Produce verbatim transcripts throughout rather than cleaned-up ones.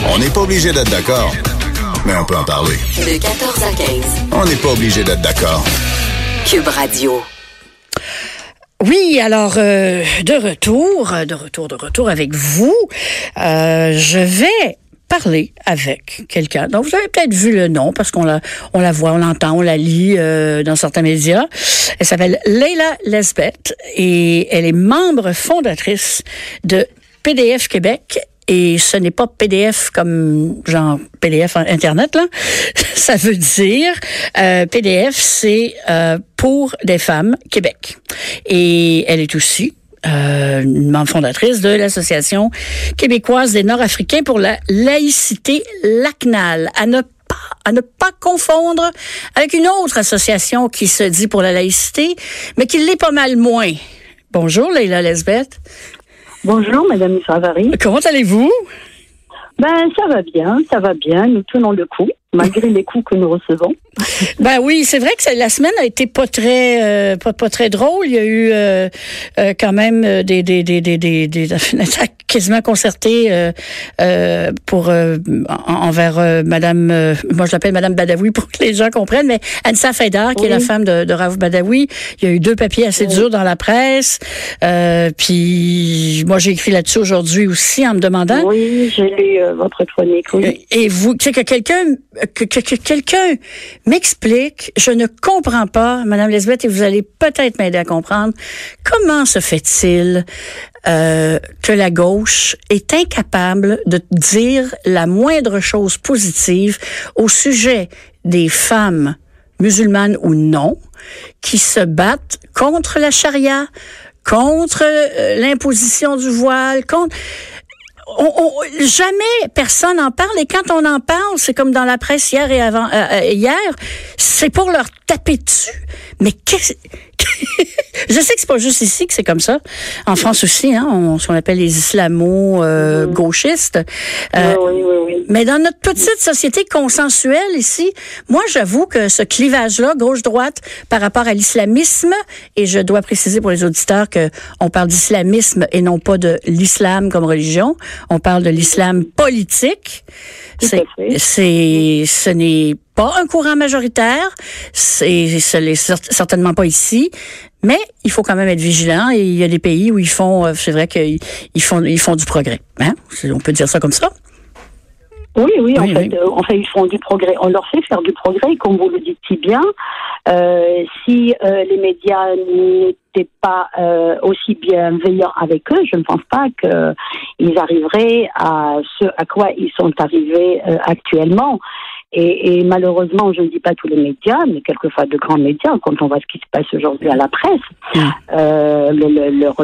On n'est pas obligé d'être d'accord, mais on peut en parler. De quatorze à quinze. On n'est pas obligé d'être d'accord. Cube Radio. Oui, alors euh, de retour, de retour, de retour avec vous, euh, je vais parler avec quelqu'un. Donc, vous avez peut-être vu le nom parce qu'on la, on la voit, on l'entend, on la lit euh, dans certains médias. Elle s'appelle Leila Lesbeth et elle est membre fondatrice de P D F Québec. Et ce n'est pas P D F comme genre P D F Internet, là. Ça veut dire euh, P D F, c'est euh, pour des femmes Québec. Et elle est aussi Euh, une membre fondatrice de l'Association québécoise des Nord-Africains pour la laïcité, l'A C N A L, à ne pas, à ne pas confondre avec une autre association qui se dit pour la laïcité, mais qui l'est pas mal moins. Bonjour, Leila Lesbeth. Bonjour, Madame Savary. Comment allez-vous? Ben, ça va bien, ça va bien. Nous tenons le coup, malgré les coups que nous recevons. Ben oui, c'est vrai que la semaine a été pas très, euh, pas, pas très drôle. Il y a eu euh, euh, quand même des des des des des, des attaques quasiment concertées euh, euh, pour euh, en, envers euh, Madame, euh, moi je l'appelle Madame Badawi pour que les gens comprennent, mais Anissa Faidar, qui oui. est la femme de, de Raouf Badawi. Il y a eu deux papiers assez oui. durs dans la presse. Euh, puis moi j'ai écrit là-dessus aujourd'hui aussi en me demandant. Oui, j'ai lu euh, votre chronique. Oui. Et vous, que, que quelqu'un que, que, que quelqu'un m'explique, je ne comprends pas, Madame Lesbeth, et vous allez peut-être m'aider à comprendre, comment se fait-il euh, que la gauche est incapable de dire la moindre chose positive au sujet des femmes musulmanes ou non qui se battent contre la charia, contre euh, l'imposition du voile, contre... On, on, jamais personne n'en parle, et quand on en parle, c'est comme dans la presse hier et avant euh, hier, c'est pour leur taper dessus. Mais qu'est-ce je sais que c'est pas juste ici que c'est comme ça. En France aussi, hein, on, ce qu'on appelle les islamo-gauchistes. Euh, euh, oui, oui, oui. Mais dans notre petite société consensuelle ici, moi, j'avoue que ce clivage-là, gauche-droite, par rapport à l'islamisme, et je dois préciser pour les auditeurs que on parle d'islamisme et non pas de l'islam comme religion. On parle de l'islam politique. C'est, c'est, ce n'est pas un courant majoritaire. C'est, ce n'est certainement pas ici. Mais il faut quand même être vigilant, et il y a des pays où ils font, c'est vrai qu'ils ils font, ils font du progrès. Hein? On peut dire ça comme ça? Oui, oui, en, oui, fait, oui. Euh, en fait, ils font du progrès. On leur fait faire du progrès, comme vous le dites si bien. Euh, si euh, les médias n'étaient pas euh, aussi bienveillants avec eux, je ne pense pas qu'ils arriveraient à ce à quoi ils sont arrivés euh, actuellement. Et, et malheureusement, je ne dis pas tous les médias, mais quelquefois de grands médias, quand on voit ce qui se passe aujourd'hui à la presse, mmh. euh, le, le, le,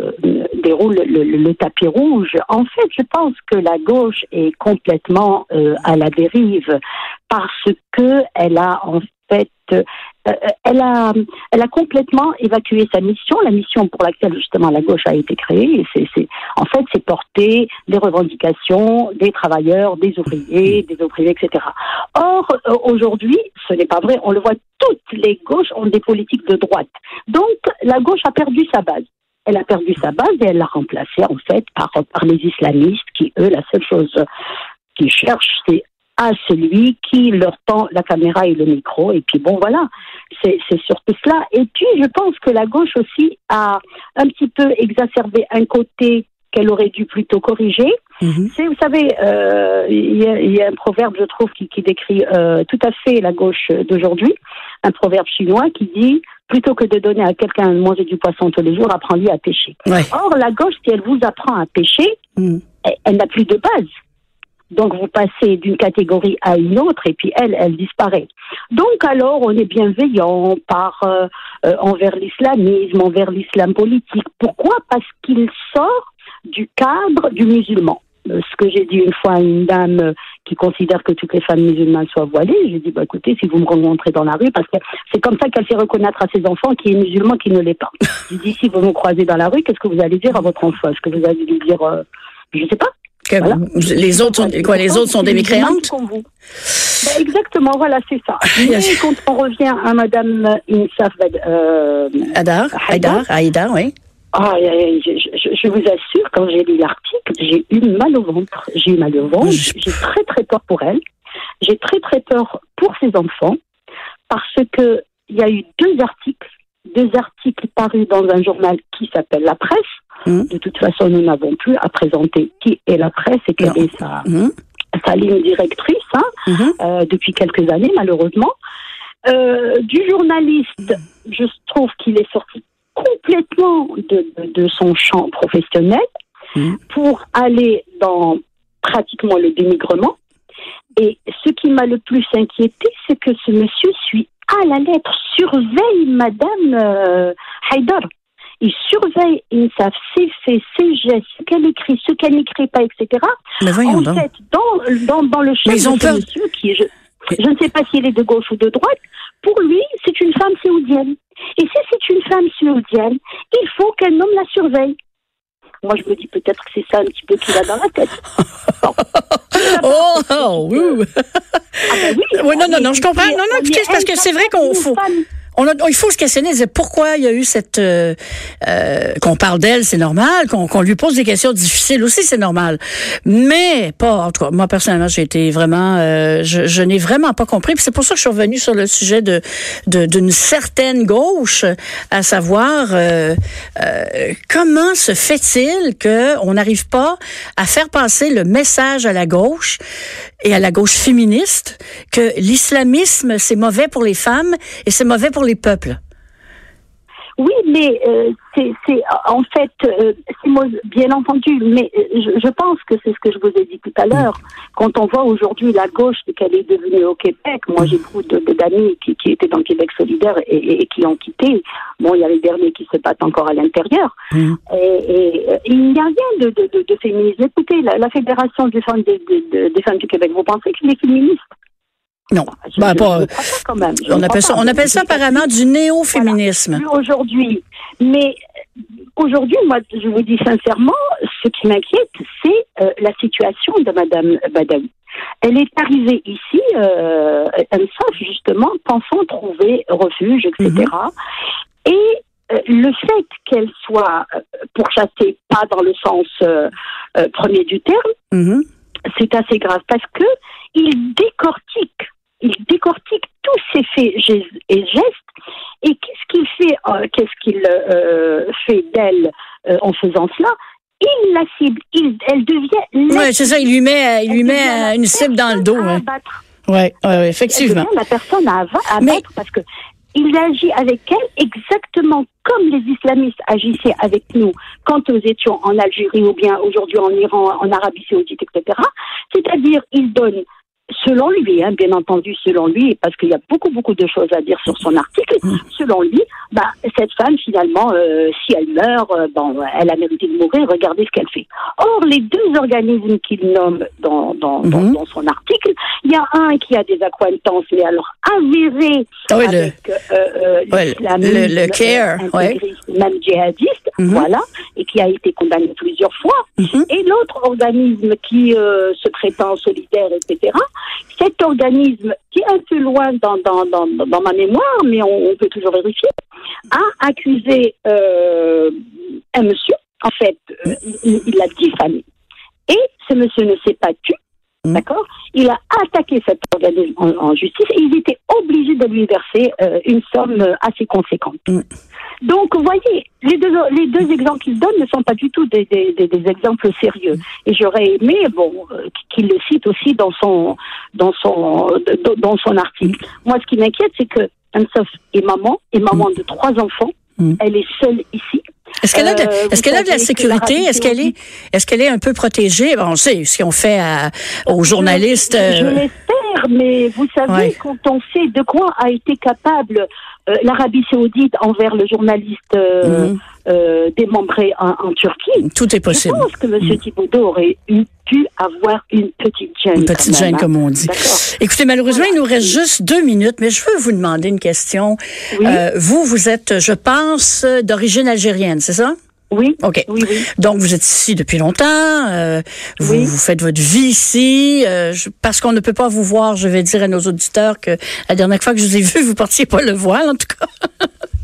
le, déroule le, le, le tapis rouge. En fait, je pense que la gauche est complètement euh, à la dérive parce que elle a en fait euh, elle a elle a complètement évacué sa mission, la mission pour laquelle justement la gauche a été créée. C'est, c'est en fait c'est porter les revendications des travailleurs, des ouvriers, des ouvriers, et cetera. Or euh, aujourd'hui, ce n'est pas vrai. On le voit, toutes les gauches ont des politiques de droite. Donc la gauche a perdu sa base. Elle a perdu sa base et elle l'a remplacée en fait par par les islamistes qui, eux, la seule chose qu'ils cherchent, c'est à celui qui leur tend la caméra et le micro. Et puis bon, voilà, c'est, c'est surtout cela. Et puis, je pense que la gauche aussi a un petit peu exacerbé un côté qu'elle aurait dû plutôt corriger. Mm-hmm. C'est, vous savez, euh, il y a, il y a un proverbe, je trouve, qui, qui décrit euh, tout à fait la gauche d'aujourd'hui. Un proverbe chinois qui dit « Plutôt que de donner à quelqu'un de manger du poisson tous les jours, apprends-lui à pêcher. Ouais. » Or, la gauche, si elle vous apprend à pêcher, mm. elle, elle n'a plus de base. Donc, vous passez d'une catégorie à une autre et puis elle, elle disparaît. Donc, alors, on est bienveillant par euh, euh, envers l'islamisme, envers l'islam politique. Pourquoi ? Parce qu'il sort du cadre du musulman. Euh, ce que j'ai dit une fois à une dame euh, qui considère que toutes les femmes musulmanes soient voilées, j'ai dit, bah, écoutez, si vous me rencontrez dans la rue, parce que c'est comme ça qu'elle fait reconnaître à ses enfants qui est musulman, qui ne l'est pas. J'ai dit, si vous me croisez dans la rue, qu'est-ce que vous allez dire à votre enfant ? Est-ce que vous allez lui dire, euh, je sais pas. Voilà. Les autres sont quoi? Les autres sont des mécréantes? Ben exactement, voilà, c'est ça. Mais quand on revient à Madame Insaf euh, Haidar, Haidar, Haidar, oui. Ah, je, je, je vous assure, quand j'ai lu l'article, j'ai eu mal au ventre. J'ai eu mal au ventre. Je- J'ai très très peur pour elle. J'ai très très peur pour ses enfants parce que il y a eu deux articles, deux articles parus dans un journal qui s'appelle La Presse. Mmh. De toute façon, nous n'avons plus à présenter qui est La Presse et quelle Non. est sa, Mmh. sa ligne directrice hein, Mmh. euh, depuis quelques années, malheureusement. Euh, du journaliste, je trouve qu'il est sorti complètement de, de, de son champ professionnel Mmh. pour aller dans pratiquement le dénigrement. Et ce qui m'a le plus inquiété, c'est que ce monsieur suit à la lettre, surveille Madame euh, Haïdar. Il surveille Insaf, ses faits, ses gestes, ce qu'elle écrit, ce qu'elle n'écrit pas, et cetera. Mais voyons En donc. fait, dans, dans, dans le chef Mais ils ont de ce peur- monsieur, qui est, je, je ne sais pas s'il est de gauche ou de droite, pour lui, c'est une femme saoudienne. Et si c'est une femme saoudienne, il faut qu'un homme la surveille. Moi, je me dis peut-être que c'est ça un petit peu qu'il a dans la tête. Bon. Oh, oh, ouh. Ah ben oui, Oui, non, non, on non, est- je comprends. on est- Non, non, on écoutez, est c'est parce que c'est vrai qu'on une faut, femme. on a, il faut se questionner, dire pourquoi il y a eu cette, euh, euh, qu'on parle d'elle, c'est normal, qu'on, qu'on lui pose des questions difficiles aussi, c'est normal. Mais pas, en tout cas, moi personnellement, j'ai été vraiment, euh, je, je n'ai vraiment pas compris. Puis c'est pour ça que je suis revenue sur le sujet de, de d'une certaine gauche, à savoir euh, euh, comment se fait-il que on n'arrive pas à faire passer le message à la gauche et à la gauche féministe que l'islamisme c'est mauvais pour les femmes et c'est mauvais pour les peuples. Oui, mais euh, c'est, c'est en fait, euh, c'est moi, bien entendu, mais euh, je, je pense que c'est ce que je vous ai dit tout à l'heure. Quand on voit aujourd'hui la gauche, ce qu'elle est devenue au Québec, moi j'ai beaucoup de, de, d'amis qui, qui étaient dans le Québec solidaire et, et, et qui ont quitté. Bon, il y a les derniers qui se battent encore à l'intérieur. Mmh. Et, et, et il n'y a rien de, de, de, de féminisme. Écoutez, la, la Fédération des femmes, de, de, de, des femmes du Québec, vous pensez qu'elle est féministe? Non, je, bah, je, pas, je pas quand même. Je on appelle ça, pas. on appelle ça apparemment du néo-féminisme. Voilà. Aujourd'hui, mais aujourd'hui, moi, je vous dis sincèrement, ce qui m'inquiète, c'est euh, la situation de Madame Badawi. Elle est arrivée ici, euh, justement, pensant trouver refuge, et cetera. Mm-hmm. Et euh, le fait qu'elle soit euh, pourchassée, pas dans le sens euh, euh, premier du terme, mm-hmm. c'est assez grave parce que il décortique. Il décortique tous ses faits et gestes. Et qu'est-ce qu'il fait, euh, qu'est-ce qu'il euh, fait d'elle euh, en faisant cela? Il la cible. Il, elle devient. Oui, c'est ça. Il lui met, il lui met une cible dans le dos. Oui, ouais, ouais, effectivement. Elle devient la personne à, à Mais... battre parce que il agit avec elle exactement comme les islamistes agissaient avec nous quand nous étions en Algérie ou bien aujourd'hui en Iran, en Arabie Saoudite, et cetera. C'est-à-dire, il donne. Selon lui, hein, bien entendu, selon lui, parce qu'il y a beaucoup, beaucoup de choses à dire sur son article, mmh. selon lui, bah, cette femme, finalement, euh, si elle meurt, euh, bon, elle a mérité de mourir, regardez ce qu'elle fait. Or, les deux organismes qu'il nomme dans, dans, mmh. dans, dans son article, il y a un qui a des accointances, mais alors avérées oh, oui, avec le, euh, euh, ouais, le, le CARE, ouais. même djihadiste, mmh. voilà, et qui a été condamné plusieurs fois. Mmh. Et l'autre organisme qui euh, se prétend solidaire, et cetera, cet organisme, qui est un peu loin dans, dans, dans, dans ma mémoire, mais on, on peut toujours vérifier, a accusé euh, un monsieur, en fait, euh, il, il l'a diffamé. Et ce monsieur ne s'est pas tué, mmh. d'accord? Il a attaqué cet organisme en, en justice et ils étaient obligés de lui verser euh, une somme assez conséquente. Mmh. Donc, vous voyez, les deux, les deux exemples qu'il donne ne sont pas du tout des, des, des, des exemples sérieux. Et j'aurais aimé, bon, euh, qu'il le cite aussi dans son, dans son, dans son article. Moi, ce qui m'inquiète, c'est que Ansaf est maman, est maman de trois enfants. Mm. Elle est seule ici. Est-ce qu'elle a de, euh, est-ce qu'elle a de la sécurité? Est-ce qu'elle est, est-ce qu'elle est un peu protégée? Bon, on sait ce qu'on fait à, aux journalistes. Je, je l'espère, mais vous savez, ouais. quand on sait de quoi a été capable euh, l'Arabie Saoudite envers le journaliste euh, mmh. euh, démembré en, en Turquie, tout est possible. Je pense que M. Mmh. Thibaudeau aurait eu pu avoir une petite gêne. Une petite gêne, hein. Comme on dit. D'accord. Écoutez, malheureusement, voilà. Il nous reste juste deux minutes, mais je veux vous demander une question. Oui. Euh, vous, vous êtes, je pense, d'origine algérienne, c'est ça? Oui. OK. Oui, oui. Donc, vous êtes ici depuis longtemps. Euh, vous, oui. vous faites votre vie ici. Euh, je, parce qu'on ne peut pas vous voir, je vais dire à nos auditeurs que la dernière fois que je vous ai vu, vous portiez pas le voile, en tout cas.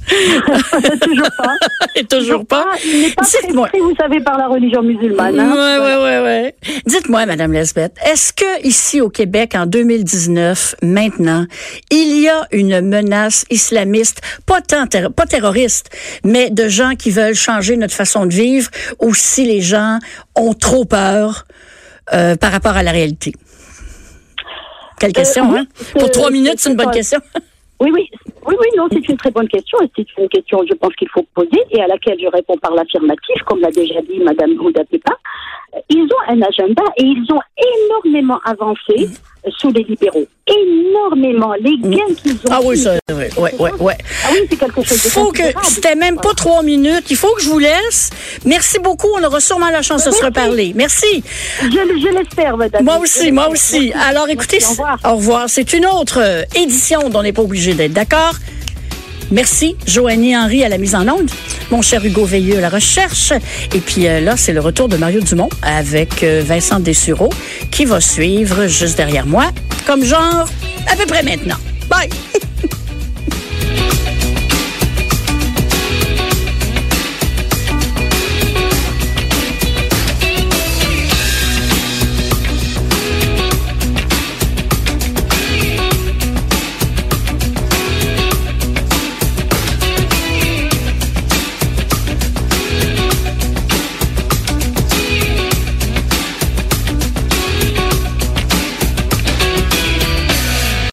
Toujours pas. Et toujours pas. Il n'est pas Dites-moi. prescrit, vous savez, par la religion musulmane. Hein? Ouais, ouais, ouais, ouais. Dites-moi, Madame Lesbeth, est-ce que ici au Québec, en deux mille dix-neuf, maintenant, il y a une menace islamiste, pas tant terro- pas terroriste, mais de gens qui veulent changer notre façon de vivre, ou si les gens ont trop peur euh, par rapport à la réalité? Quelle question, euh, hein? oui, Pour trois minutes, c'est une bonne pas... question. Oui, oui, oui, oui, non, c'est une très bonne question et c'est une question, je pense qu'il faut poser et à laquelle je réponds par l'affirmative, comme l'a déjà dit Madame Ouda Pepa. Ils ont un agenda et ils ont énormément avancé mmh. sous les libéraux. Énormément. Les gains qu'ils ont. Ah oui, ça, oui, oui, oui, oui. Ah oui, c'est quelque chose de faut que C'était même pas trois minutes. Il faut que je vous laisse. Merci beaucoup. On aura sûrement la chance Merci. de se reparler. Merci. Je, je l'espère, Madame. Moi aussi, moi aussi. Merci. Alors, écoutez, Merci, au revoir. Au revoir. C'est une autre édition dont on n'est pas obligé d'être d'accord. Merci, Joanie Henry à la mise en onde, mon cher Hugo Veilleux à la recherche. Et puis euh, là, c'est le retour de Mario Dumont avec euh, Vincent Dessureau qui va suivre juste derrière moi, comme genre à peu près maintenant. Bye!